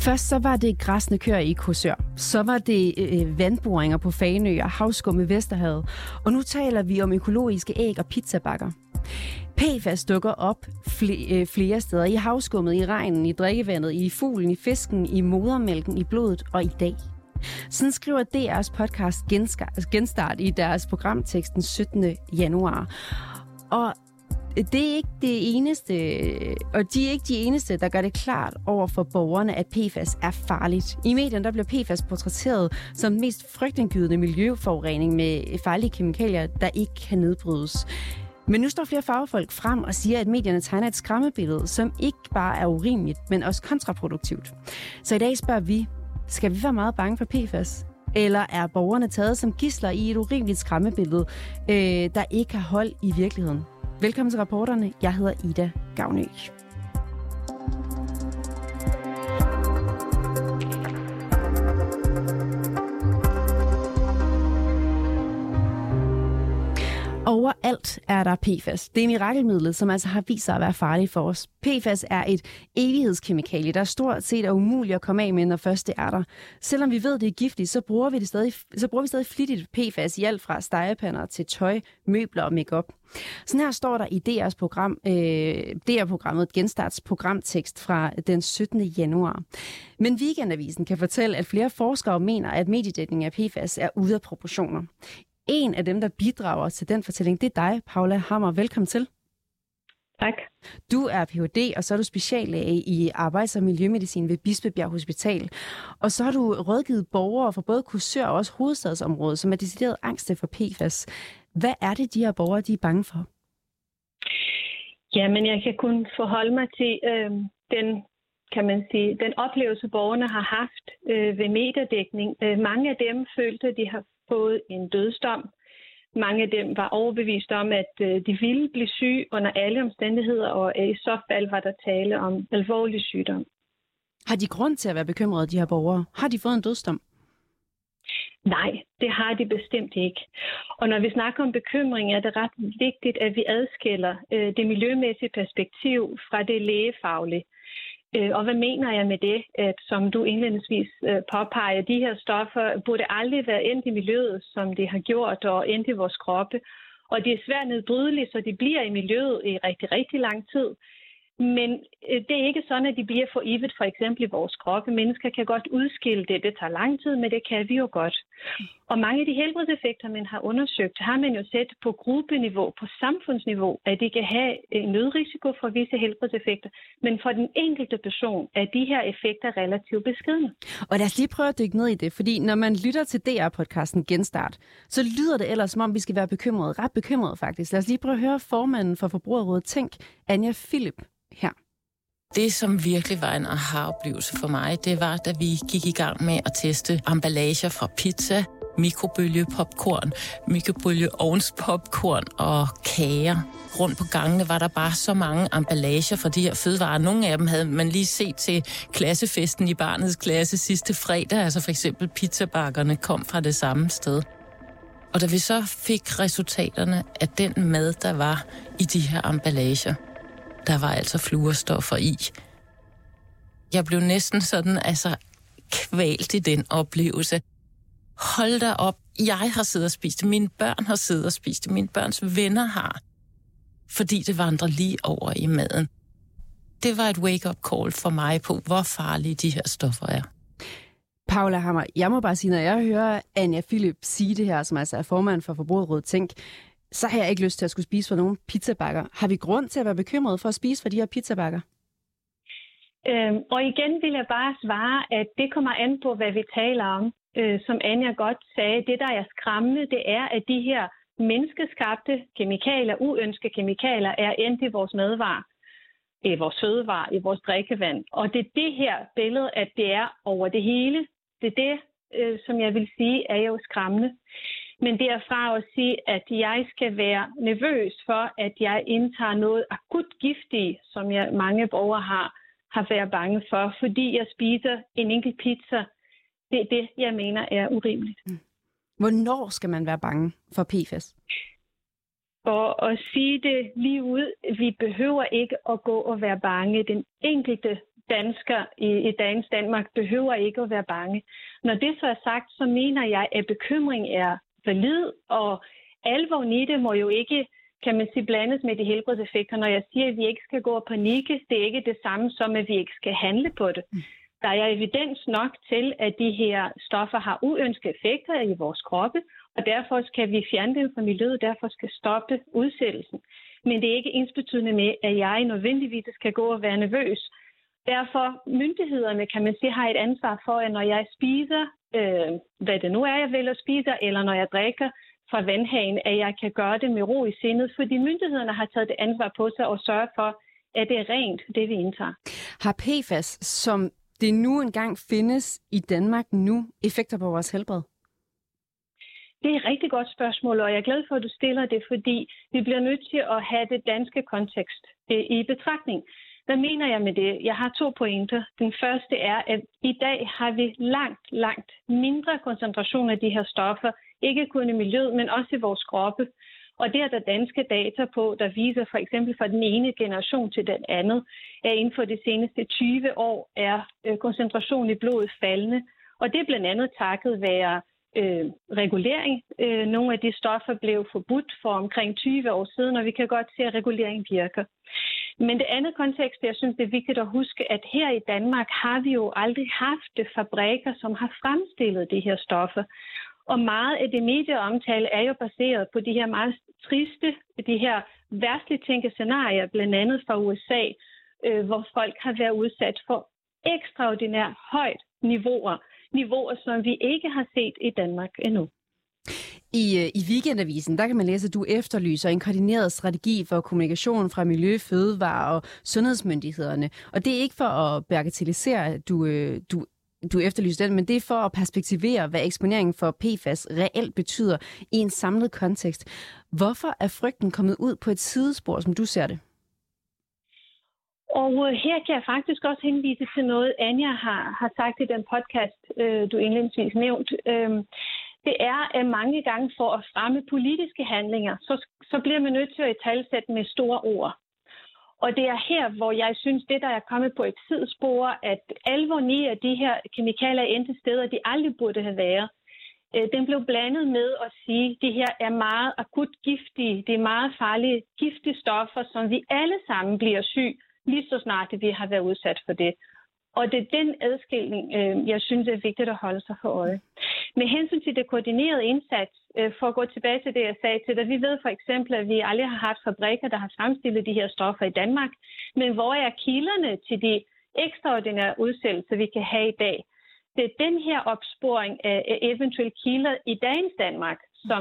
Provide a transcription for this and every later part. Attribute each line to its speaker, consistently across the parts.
Speaker 1: Først så var det græsne køer i Korsør. Så var det vandboringer på Fanø og havskum i Vesterhavet. Og nu taler vi om økologiske æg og pizzabakker. PFAS dukker op flere steder. I havskummet, i regnen, i drikkevandet, i fuglen, i fisken, i modermælken, i blodet og i dag. Sådan skriver DR's podcast Genstart i deres programtekst den 17. januar. Og det er ikke det eneste, og de er ikke de eneste, der gør det klart over for borgerne, at PFAS er farligt. I medierne der bliver PFAS portrætteret som den mest frygtindgydende miljøforurening med farlige kemikalier, der ikke kan nedbrydes. Men nu står flere fagfolk frem og siger, at medierne tegner et skræmmebillede, som ikke bare er urimeligt, men også kontraproduktivt. Så i dag spørger vi, skal vi være meget bange for PFAS? Eller er borgerne taget som gidsler i et urimeligt skræmmebillede, der ikke har hold i virkeligheden? Velkommen til Reporterne. Jeg hedder Ida Gavnø. Overalt er der PFAS. Det er mirakelmidlet, som altså har vist sig at være farligt for os. PFAS er et evighedskemikalie, der stort set er umuligt at komme af med, når først det er der. Selvom vi ved, det er giftigt, så bruger vi stadig flittigt PFAS i alt fra stegepander til tøj, møbler og makeup. Sådan her står der i DR-programmet Genstarts programtekst fra den 17. januar. Men Weekendavisen kan fortælle, at flere forskere mener, at mediedækningen af PFAS er ude af proportioner. En af dem, der bidrager til den fortælling, det er dig, Paula Hammer. Velkommen til.
Speaker 2: Tak.
Speaker 1: Du er Ph.D., og så er du speciallæge i arbejds- og miljømedicin ved Bispebjerg Hospital. Og så har du rådgivet borgere fra både Korsør og også hovedstadsområdet, som er decideret angste for PFAS. Hvad er det, de her borgere de er bange for?
Speaker 2: Jamen, jeg kan kun forholde mig til den oplevelse, borgerne har haft ved mediedækning. Mange af dem følte, at de har fået en dødsdom. Mange af dem var overbevist om, at de ville blive syge under alle omstændigheder, og i så fald var der tale om alvorlig sygdom.
Speaker 1: Har de grund til at være bekymrede, de her borgere? Har de fået en dødsdom?
Speaker 2: Nej, det har de bestemt ikke. Og når vi snakker om bekymring, er det ret vigtigt, at vi adskiller det miljømæssige perspektiv fra det lægefaglige. Og hvad mener jeg med det? At, som du indledningsvis påpeger, de her stoffer burde aldrig være endt i miljøet, som de har gjort, og endt i vores kroppe. Og de er svært nedbrydelige, så de bliver i miljøet i rigtig, rigtig lang tid. Men det er ikke sådan, at de bliver for evigt, for eksempel i vores kroppe. Mennesker kan godt udskille det. Det tager lang tid, men det kan vi jo godt. Og mange af de helbredseffekter, man har undersøgt, har man jo set på gruppeniveau, på samfundsniveau, at de kan have en øget risiko for visse helbredseffekter. Men for den enkelte person er de her effekter relativt beskedne.
Speaker 1: Og lad os lige prøve at dykke ned i det, fordi når man lytter til DR-podcasten Genstart, så lyder det ellers, som om vi skal være bekymrede. Ret bekymrede faktisk. Lad os lige prøve at høre formanden for Forbrugerrådet Tænk, Anja Philip, her.
Speaker 3: Det, som virkelig var en aha-oplevelse for mig, det var, da vi gik i gang med at teste emballager fra pizza, mikrobølgepopcorn, mikrobølgeovnspopcorn og kager. Rundt på gangene var der bare så mange emballager for de her fødevarer. Nogle af dem havde man lige set til klassefesten i barnets klasse sidste fredag. Altså for eksempel pizzabakkerne kom fra det samme sted. Og da vi så fik resultaterne af den mad, der var i de her emballager, der var altså fluorstoffer i. Jeg blev næsten sådan, kvalt i den oplevelse. Hold da op, jeg har siddet og spist det, mine børn har siddet og spist det, mine børns venner har, fordi det vandrer lige over i maden. Det var et wake-up call for mig på, hvor farlige de her stoffer er.
Speaker 1: Paula Hammer, jeg må bare sige, når jeg hører Anja Philip sige det her, som altså er formand for Forbrugerrådet Tænk, så har jeg ikke lyst til at skulle spise for nogle pizzabakker. Har vi grund til at være bekymrede for at spise for de her pizzabakker?
Speaker 2: Og igen vil jeg bare svare, at det kommer an på, hvad vi taler om. Som Anja godt sagde, det der er skræmmende, det er, at de her menneskeskabte kemikalier, uønskede kemikalier, er endt i vores madvarer, i vores fødevarer, i vores drikkevand. Og det er det her billede, at det er over det hele. Det er det, som jeg vil sige, er jo skræmmende. Men derfra at sige, at jeg skal være nervøs for, at jeg indtager noget akut giftigt, som mange borgere har været bange for, fordi jeg spiser en enkelt pizza. Det er det, jeg mener er urimeligt.
Speaker 1: Hvornår skal man være bange for PFAS?
Speaker 2: Og at sige det lige ud, vi behøver ikke at gå og være bange. Den enkelte dansker i dagens Danmark behøver ikke at være bange. Når det så er sagt, så mener jeg, at bekymring er valid, og alvoren i det må jo ikke, kan man sige, blandes med de helbredseffekter. Når jeg siger, at vi ikke skal gå og panikke, det er ikke det samme som, at vi ikke skal handle på det. Der er evidens nok til, at de her stoffer har uønskede effekter i vores kroppe, og derfor skal vi fjerne dem fra miljøet, derfor skal stoppe udsættelsen. Men det er ikke ensbetydende med, at jeg nødvendigvis skal gå og være nervøs. Derfor myndighederne, kan man sige, har et ansvar for, at når jeg spiser, hvad det nu er, jeg vælger at spise, eller når jeg drikker fra vandhanen, at jeg kan gøre det med ro i sindet, fordi myndighederne har taget det ansvar på sig og sørge for, at det er rent, det vi indtager.
Speaker 1: Har PFAS, som det nu engang findes i Danmark nu, effekter på vores helbred?
Speaker 2: Det er et rigtig godt spørgsmål, og jeg er glad for, at du stiller det, fordi vi bliver nødt til at have det danske kontekst i betragtning. Hvad mener jeg med det? Jeg har 2 pointer. Den første er, at i dag har vi langt mindre koncentration af de her stoffer, ikke kun i miljøet, men også i vores kroppe. Og det er der danske data på, der viser for eksempel fra den ene generation til den anden, at inden for de seneste 20 år er koncentrationen i blodet faldende. Og det er blandt andet takket være regulering. Nogle af de stoffer blev forbudt for omkring 20 år siden, og vi kan godt se, at regulering virker. Men det andet kontekst, jeg synes, det er vigtigt at huske, at her i Danmark har vi jo aldrig haft fabrikker, som har fremstillet de her stoffer. Og meget af det medieomtale er jo baseret på de her meget triste, de her værstligt tænkte scenarier, blandt andet fra USA, hvor folk har været udsat for ekstraordinært højt niveauer, som vi ikke har set i Danmark endnu.
Speaker 1: I Weekendavisen, der kan man læse, at du efterlyser en koordineret strategi for kommunikation fra Miljø, Fødevare og sundhedsmyndighederne. Og det er ikke for at bagatellisere, at du efterlyser den, men det er for at perspektivere, hvad eksponeringen for PFAS reelt betyder i en samlet kontekst. Hvorfor er frygten kommet ud på et sidespor, som du ser det?
Speaker 2: Og her kan jeg faktisk også henvise til noget, Anja har sagt i den podcast, du indledningsvis nævnt. Det er, at mange gange for at fremme politiske handlinger, så bliver man nødt til at italesætte med store ord. Og det er her, hvor jeg synes, det der er kommet på et sidespor, at alvoren i, at de her kemikalier endte steder, de aldrig burde have været. Den blev blandet med at sige, at de her er meget akut giftige, det er meget farlige giftige stoffer, som vi alle sammen bliver syg, lige så snart vi har været udsat for det. Og det er den adskilning, jeg synes er vigtigt at holde sig for øje. Med hensyn til det koordinerede indsats, for at gå tilbage til det, jeg sagde til dig, vi ved for eksempel, at vi aldrig har haft fabrikker, der har fremstillet de her stoffer i Danmark. Men hvor er kilderne til de ekstraordinære udsættelser, vi kan have i dag? Det er den her opsporing af eventuelle kilder i dagens Danmark,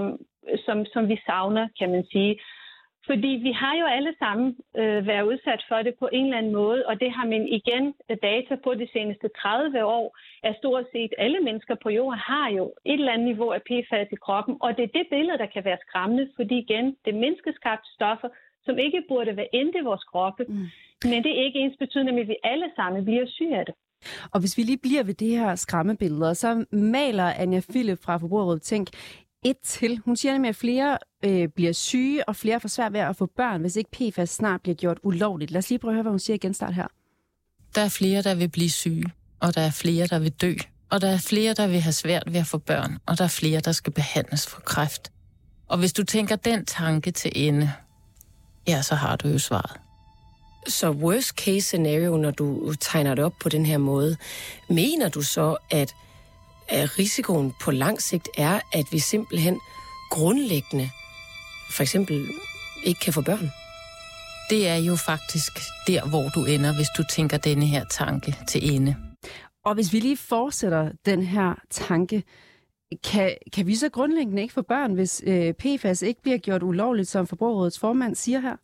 Speaker 2: som vi savner, kan man sige. Fordi vi har jo alle sammen været udsat for det på en eller anden måde, og det har man igen data på de seneste 30 år, at stort set alle mennesker på jorden har jo et eller andet niveau af PFAS i kroppen, og det er det billede, der kan være skræmmende, fordi igen, det er menneskeskabte stoffer, som ikke burde være endt i vores kroppe, men det er ikke ensbetydende med, at vi alle sammen bliver syge af det.
Speaker 1: Og hvis vi lige bliver ved det her skræmmebilleder, så maler Anja Philip fra Forbrugerrådet Tænk et til. Hun siger nemlig, at flere bliver syge, og flere får svært ved at få børn, hvis ikke PFAS snart bliver gjort ulovligt. Lad os lige prøve at høre, hvad hun siger igen start her.
Speaker 3: Der er flere, der vil blive syge, og der er flere, der vil dø. Og der er flere, der vil have svært ved at få børn, og der er flere, der skal behandles for kræft. Og hvis du tænker den tanke til ende, ja, så har du jo svaret.
Speaker 4: Så worst case scenario, når du tegner det op på den her måde, mener du så, at risikoen på lang sigt er, at vi simpelthen grundlæggende for eksempel ikke kan få børn?
Speaker 3: Det er jo faktisk der, hvor du ender, hvis du tænker denne her tanke til ende.
Speaker 1: Og hvis vi lige fortsætter den her tanke, kan vi så grundlæggende ikke få børn, hvis PFAS ikke bliver gjort ulovligt, som Forbrugerrådets formand siger her?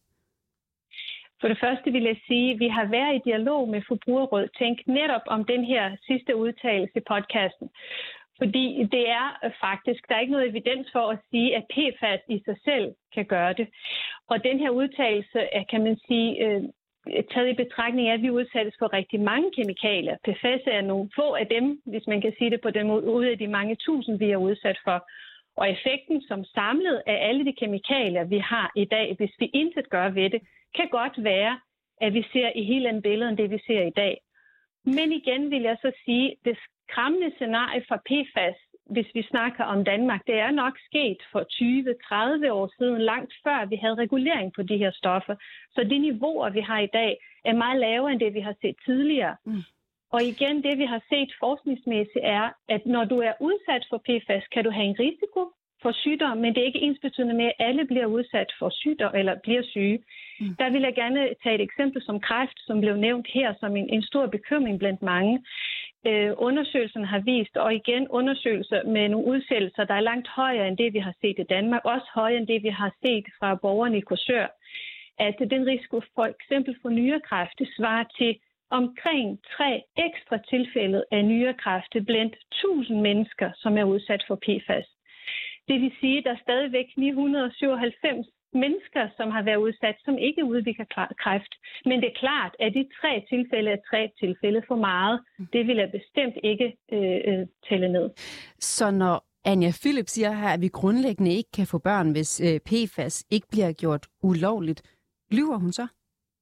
Speaker 2: For det første vil jeg sige, at vi har været i dialog med Forbrugerrådet Tænk netop om den her sidste udtalelse i podcasten. Fordi det er faktisk, der er ikke noget evidens for at sige, at PFAS i sig selv kan gøre det. Og den her udtalelse er, kan man sige, taget i betragtning af, at vi udsættes for rigtig mange kemikalier. PFAS er nogle få af dem, hvis man kan sige det på den måde, ud af de mange tusind, vi er udsat for. Og effekten som samlet af alle de kemikalier, vi har i dag, hvis vi intet gør ved det, kan godt være, at vi ser i helt andet billede, end det vi ser i dag. Men igen vil jeg så sige, det skræmmende scenarie for PFAS, hvis vi snakker om Danmark, det er nok sket for 20-30 år siden, langt før vi havde regulering på de her stoffer. Så de niveauer, vi har i dag, er meget lavere end det, vi har set tidligere. Og igen, det vi har set forskningsmæssigt er, at når du er udsat for PFAS, kan du have en risiko for sygdom, men det er ikke ensbetydende med, at alle bliver udsat for sygdom eller bliver syge. Der vil jeg gerne tage et eksempel som kræft, som blev nævnt her som en stor bekymring blandt mange. Undersøgelserne har vist, og igen undersøgelser med nogle udsættelser, der er langt højere end det, vi har set i Danmark, også højere end det, vi har set fra borgerne i Korsør, at den risiko for eksempel for nyrekræft, det svarer til omkring 3 ekstra tilfælde af nyrekræft blandt 1000 mennesker, som er udsat for PFAS. Det vil sige, at der er stadigvæk 997 mennesker, som har været udsat, som ikke udvikler kræft. Men det er klart, at de 3 tilfælde er 3 tilfælde for meget. Det vil jeg bestemt ikke tælle ned.
Speaker 1: Så når Anja Philip siger her, at vi grundlæggende ikke kan få børn, hvis PFAS ikke bliver gjort ulovligt, lyver hun så?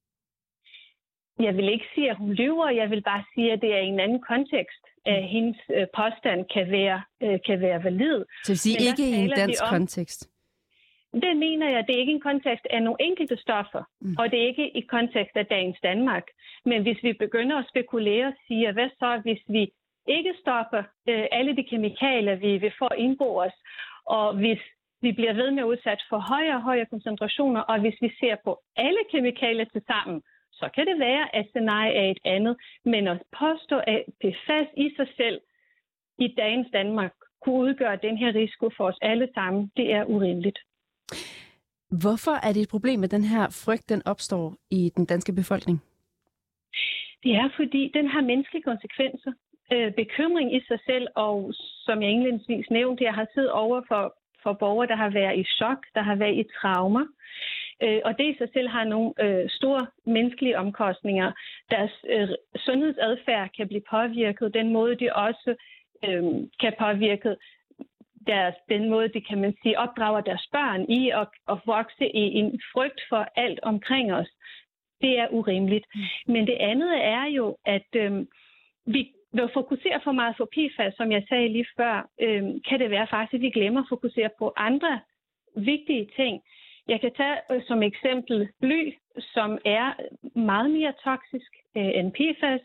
Speaker 2: Jeg vil ikke sige, at hun lyver. Jeg vil bare sige, at det er i en anden kontekst. Hendes påstand kan være valid.
Speaker 1: Så det vil sige ikke i en dansk kontekst?
Speaker 2: Det mener jeg. Det er ikke en kontekst af nogle enkelte stoffer, og det er ikke i kontekst af dagens Danmark. Men hvis vi begynder at spekulere og sige, hvad så, hvis vi ikke stopper alle de kemikalier, vi får indbordet, og hvis vi bliver ved med udsat for højere og højere koncentrationer, og hvis vi ser på alle kemikalier til sammen, så kan det være, at scenariet er et andet. Men at påstå, at PFAS i sig selv i dagens Danmark kunne udgøre den her risiko for os alle sammen, det er urimeligt.
Speaker 1: Hvorfor er det et problem, at den her frygt den opstår i den danske befolkning?
Speaker 2: Det er, fordi den har menneskelige konsekvenser. Bekymring i sig selv, og som jeg indledningsvis nævnte, jeg har siddet over for borgere, der har været i chok, der har været i traumer. Og det i sig selv har nogle store menneskelige omkostninger. Deres sundhedsadfærd kan blive påvirket, den måde de også kan påvirke den måde, de kan man sige, opdrager deres børn i og vokse i en frygt for alt omkring os. Det er urimeligt. Men det andet er jo, at vi fokuserer for meget på PFAS, som jeg sagde lige før, kan det være faktisk, at vi glemmer at fokusere på andre vigtige ting. Jeg kan tage som eksempel bly, som er meget mere toksisk end PFAS.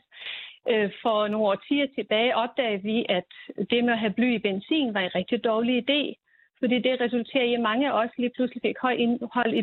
Speaker 2: For nogle årtier tilbage opdagede vi, at det med at have bly i benzin var en rigtig dårlig idé, fordi det resulterer i, at mange af os lige pludselig fik høj indhold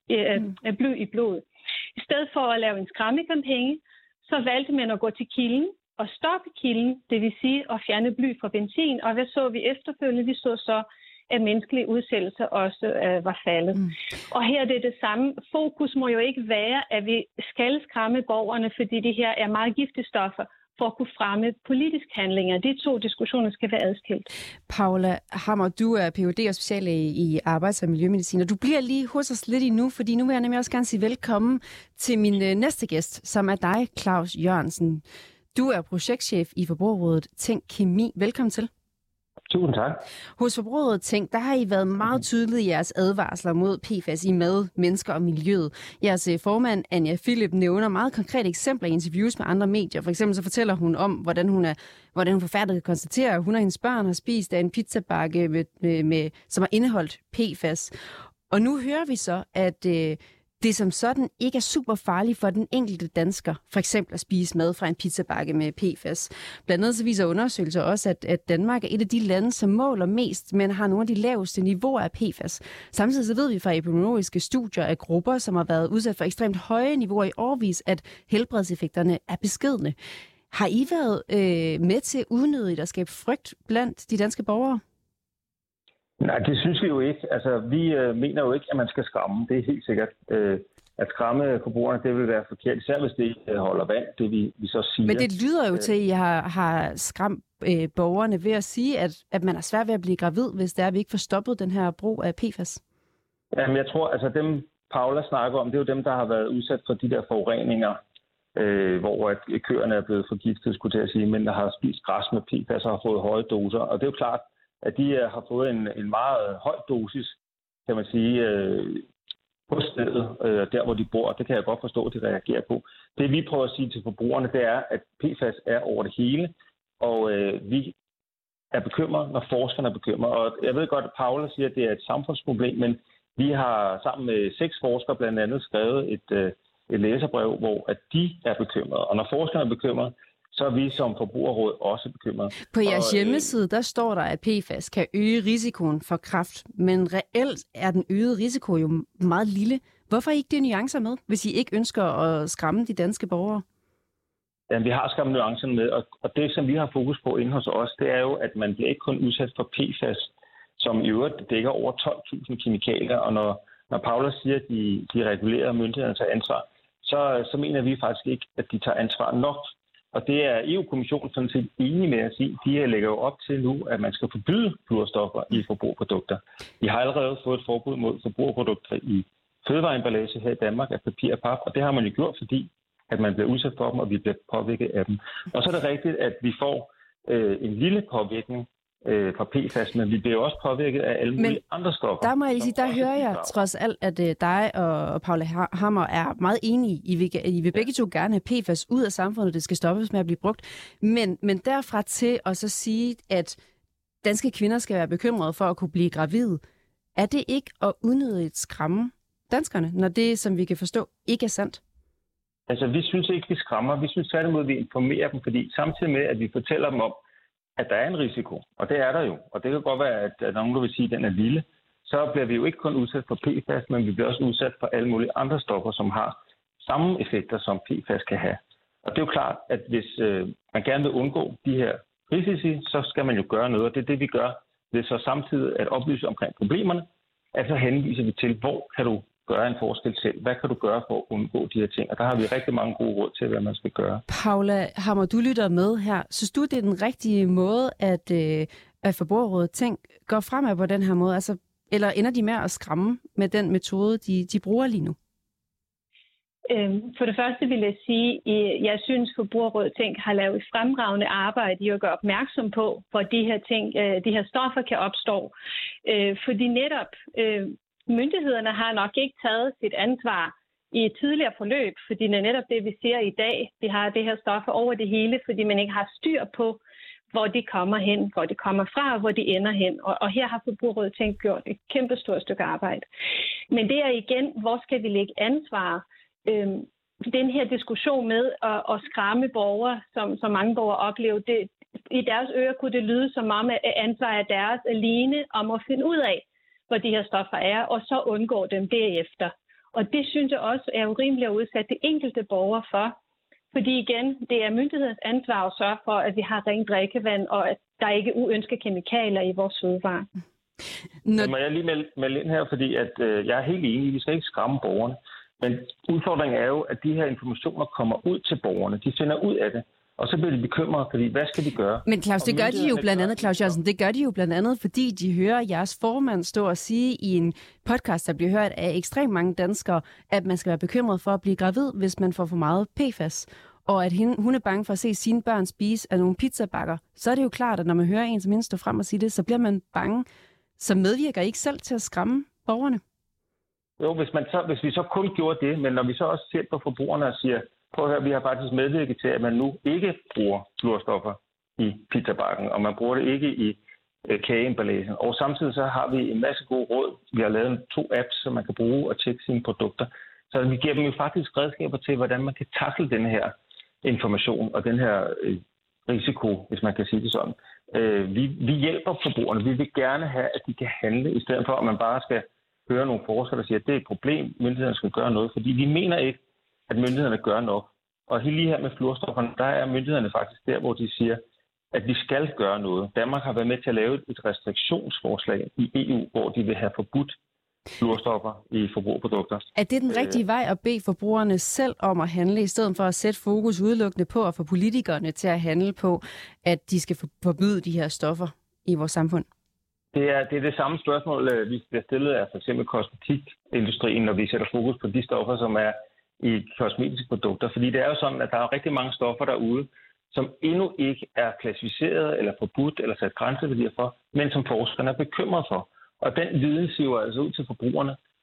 Speaker 2: af bly i blodet. I stedet for at lave en skræmmekampagne, så valgte man at gå til kilden og stoppe kilden, det vil sige at fjerne bly fra benzin. Og hvad så vi efterfølgende? Vi så så, at menneskelige udsættelser også var faldet. Og her er det samme. Fokus må jo ikke være, at vi skal skræmme borgerne, fordi det her er meget giftige stoffer, for at kunne fremme politisk handlinger. De 2 diskussioner skal være adskilt.
Speaker 1: Paula Hammer, du er Ph.D. og speciallæge i arbejds- og miljømedicin, og du bliver lige hos os lidt endnu, fordi nu vil jeg nemlig også gerne sige velkommen til min næste gæst, som er dig, Claus Jørgensen. Du er projektchef i Forbrugerrådet Tænk Kemi. Velkommen til.
Speaker 5: Tusind tak.
Speaker 1: Hos Forbrugerrådet Tænk, der har I været meget tydelige i jeres advarsler mod PFAS i mad, mennesker og miljøet. Jeres formand, Anja Philip, nævner meget konkrete eksempler i interviews med andre medier. For eksempel så fortæller hun om, hvordan hun forfærdet konstaterer, at hun og hendes børn har spist af en pizzabakke, som har indeholdt PFAS. Og nu hører vi så, at det som sådan ikke er super farligt for den enkelte dansker, for eksempel at spise mad fra en pizzabakke med PFAS. Blandt andet så viser undersøgelser også, at Danmark er et af de lande, som måler mest, men har nogle af de laveste niveauer af PFAS. Samtidig så ved vi fra epidemiologiske studier af grupper, som har været udsat for ekstremt høje niveauer i årevis, at helbredseffekterne er beskedne. Har I været med til unødigt at skabe frygt blandt de danske borgere?
Speaker 5: Nej, det synes vi jo ikke. Altså, vi mener jo ikke, at man skal skræmme. Det er helt sikkert. At skræmme forbrugerne, det vil være forkert. Især hvis det holder vand, det vi så siger.
Speaker 1: Men det lyder jo til, at I har skræmt borgerne ved at sige, at man er svært ved at blive gravid, hvis det er, at vi ikke får stoppet den her brug af PFAS.
Speaker 5: Jamen, jeg tror, altså dem Paula snakker om, det er jo dem, der har været udsat for de der forureninger, hvor at køerne er blevet forgiftet, skulle jeg sige, men der har spist græs med PFAS og har fået høje doser. Og det er jo klart, at de har fået en meget høj dosis, kan man sige, på stedet, der hvor de bor. Det kan jeg godt forstå, at de reagerer på. Det vi prøver at sige til forbrugerne, det er, at PFAS er over det hele, og vi er bekymret, når forskerne er bekymret. Og jeg ved godt, at Paula siger, at det er et samfundsproblem, men vi har sammen med 6 forskere blandt andet skrevet et læserbrev, hvor at de er bekymrede. Og når forskerne er bekymrede, så er vi som forbrugerråd også bekymrede.
Speaker 1: På jeres hjemmeside, der står der, at PFAS kan øge risikoen for kræft, men reelt er den øgede risiko jo meget lille. Hvorfor ikke de nuancer med, hvis I ikke ønsker at skræmme de danske borgere?
Speaker 5: Ja, vi har skræmt nuancerne med, og det, som vi har fokus på inde hos os, det er jo, at man bliver ikke kun udsat for PFAS, som i øvrigt dækker over 12.000 kemikalier, og når Paula siger, at de regulerer myndighederne tager ansvar, så mener vi faktisk ikke, at de tager ansvar nok. Og det er EU-kommissionen sådan set enig med at sige. De lægger jo op til nu, at man skal forbyde fluorstoffer i forbrugerprodukter. Vi har allerede fået et forbud mod forbrugerprodukter i fødevareemballage her i Danmark af papir og pap, og det har man jo gjort, fordi at man bliver udsat for dem, og vi bliver påvirket af dem. Og så er det rigtigt, at vi får en lille påvirkning fra PFAS, men vi bliver også påvirket af alle mulige andre stoffer.
Speaker 1: Der må jeg lige sige, der hører jeg trods alt, at dig og Paula Hammer er meget enige. I vil begge to gerne have PFAS ud af samfundet, det skal stoppes med at blive brugt. Men derfra til at så sige, at danske kvinder skal være bekymrede for at kunne blive gravide, er det ikke at unødigt skræmme danskerne, når det, som vi kan forstå, ikke er sandt?
Speaker 5: Altså, vi synes ikke, vi skræmmer. Vi synes tværtimod, vi informerer dem, fordi samtidig med, at vi fortæller dem om, at der er en risiko, og det er der jo. Og det kan godt være, at der er nogen, der vil sige, at den er lille. Så bliver vi jo ikke kun udsat for PFAS, men vi bliver også udsat for alle mulige andre stoffer, som har samme effekter, som PFAS kan have. Og det er jo klart, at hvis man gerne vil undgå de her risici, så skal man jo gøre noget, og det er det, vi gør. Ved så samtidig at oplyse omkring problemerne, at så henviser vi til, hvor kan du gøre en forskel selv? Hvad kan du gøre for at undgå de her ting? Og der har vi rigtig mange gode råd til, hvad man skal gøre.
Speaker 1: Paula Hammer, du lytter med her. Synes du, det er den rigtige måde, at Forbrugerrådet går fremad på den her måde? Altså, eller ender de med at skræmme med den metode, de bruger lige nu?
Speaker 2: For det første vil jeg sige, at jeg synes, Forbrugerrådet har lavet et fremragende arbejde i at gøre opmærksom på, hvor de her stoffer kan opstå. Fordi netop myndighederne har nok ikke taget sit ansvar i et tidligere forløb, fordi det er netop det, vi ser i dag. Vi har det her stoffer over det hele, fordi man ikke har styr på, hvor de kommer hen, hvor de kommer fra, og hvor de ender hen. Og her har Forbrugerrådet gjort et kæmpe stort stykke arbejde. Men det er igen, hvor skal vi lægge ansvar? Den her diskussion med at skræmme borgere, som mange borgere oplever, det, i deres ører kunne det lyde som om, at ansvar er deres alene om at finde ud af, hvor de her stoffer er, og så undgå dem derefter. Og det synes jeg også er urimeligt at udsætte det enkelte borger for. Fordi igen, det er myndighedens ansvar at sørge for, at vi har rent drikkevand, og at der ikke er uønskede kemikalier i vores fødevarer.
Speaker 5: Må jeg lige melde ind her, fordi at, jeg er helt enig, vi skal ikke skræmme borgerne. Men udfordringen er jo, at de her informationer kommer ud til borgerne. De finder ud af det. Og så bliver de bekymrede, fordi hvad skal de gøre?
Speaker 1: Men Claus, det gør de jo blandt andet, Claus Jørgensen, det gør de jo blandt andet, fordi de hører jeres formand stå og sige i en podcast, der bliver hørt af ekstremt mange danskere, at man skal være bekymret for at blive gravid, hvis man får for meget PFAS. Og at hun er bange for at se sine børn spise af nogle pizzabakker. Så er det jo klart, at når man hører en som hende stå frem og sige det, så bliver man bange. Så medvirker I ikke selv til at skræmme borgerne?
Speaker 5: Jo, hvis vi så kun gjorde det, men når vi så også ser på forbrugerne og siger, prøv at høre, vi har faktisk medvirket til, at man nu ikke bruger fluorstoffer i pizzabakken, og man bruger det ikke i kageemballagen. Og samtidig så har vi en masse gode råd. Vi har lavet 2 apps, som man kan bruge og tjekke sine produkter. Så vi giver dem jo faktisk redskaber til, hvordan man kan tackle den her information og den her risiko, hvis man kan sige det sådan. Vi hjælper forbrugerne. Vi vil gerne have, at de kan handle, i stedet for, at man bare skal høre nogle forskere, der siger, at det er et problem, myndighederne skal gøre noget. Fordi vi mener ikke, at myndighederne gør nok. Og lige her med fluorstofferne, der er myndighederne faktisk der, hvor de siger, at vi skal gøre noget. Danmark har været med til at lave et restriktionsforslag i EU, hvor de vil have forbudt fluorstoffer i forbrugerprodukter.
Speaker 1: Er det den rigtige vej at bede forbrugerne selv om at handle, i stedet for at sætte fokus udelukkende på at få politikerne til at handle på, at de skal forbyde de her stoffer i vores samfund?
Speaker 5: Det er det samme spørgsmål, vi bliver stillet af for eksempel kosmetikindustrien, når vi sætter fokus på de stoffer, som er i kosmetiske produkter. Fordi det er jo sådan, at der er rigtig mange stoffer derude, som endnu ikke er klassificeret eller forbudt eller sat grænseværdier for, men som forskerne er bekymret for. Og den viden siver altså ud til forbrugerne.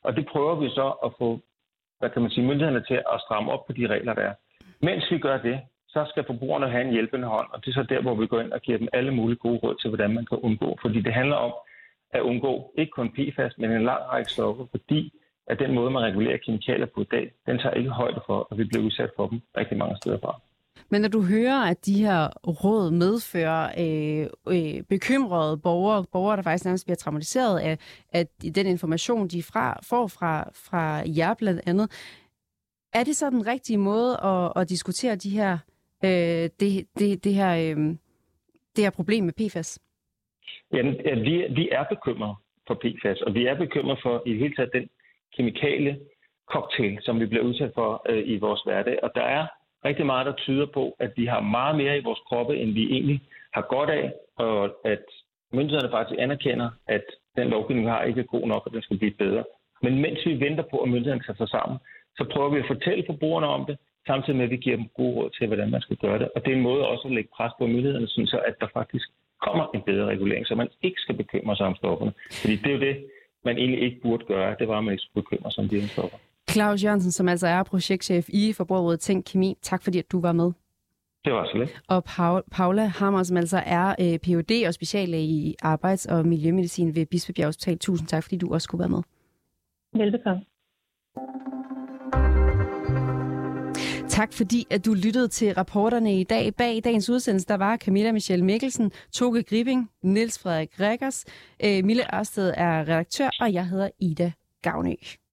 Speaker 5: Og det prøver vi så at få, myndighederne til at stramme op på de regler, der er. Mens vi gør det, så skal forbrugerne have en hjælpende hånd, og det er så der, hvor vi går ind og giver dem alle mulige gode råd til, hvordan man kan undgå. Fordi det handler om at undgå ikke kun PFAS, men en lang række stoffer, fordi at den måde, man regulerer kemikalier på i dag, den tager ikke højde for, at vi bliver udsat for dem rigtig mange steder fra.
Speaker 1: Men når du hører, at de her råd medfører bekymrede borgere, der faktisk nærmest bliver traumatiseret af den information, de får fra jer blandt andet, er det så den rigtige måde at diskutere det her problem med PFAS?
Speaker 5: Jamen, vi er bekymrede for PFAS, og vi er bekymrede for i det hele taget den kemikalie cocktail, som vi bliver udsat for i vores hverdag. Og der er rigtig meget, der tyder på, at vi har meget mere i vores kroppe, end vi egentlig har godt af, og at myndighederne faktisk anerkender, at den lovgivning, vi har, ikke er god nok, og den skal blive bedre. Men mens vi venter på, at myndighederne tager sig sammen, så prøver vi at fortælle forbrugerne om det, samtidig med, at vi giver dem gode råd til, hvordan man skal gøre det. Og det er en måde også at lægge pres på myndighederne, så at der faktisk kommer en bedre regulering, så man ikke skal bekymre sig om stofferne. Fordi det er jo det, man egentlig ikke burde gøre. Det var, at man ikke skulle bekymre sig om de stoffer.
Speaker 1: Claus Jørgensen, som altså er projektchef i Forbrugerrådet Tænk Kemi. Tak fordi, at du var med.
Speaker 5: Det var så lidt.
Speaker 1: Og Paula Hammer, som altså er Ph.D. og speciallæge i arbejds- og miljømedicin ved Bispebjerg Hospital. Tusind tak, fordi du også kunne være med.
Speaker 2: Velbekomme.
Speaker 1: Tak fordi, at du lyttede til rapporterne i dag. Bag dagens udsendelse, der var Camilla Michelle Mikkelsen, Toge Gripping, Niels Frederik Reggers, Mille Ørsted er redaktør, og jeg hedder Ida Gavnø.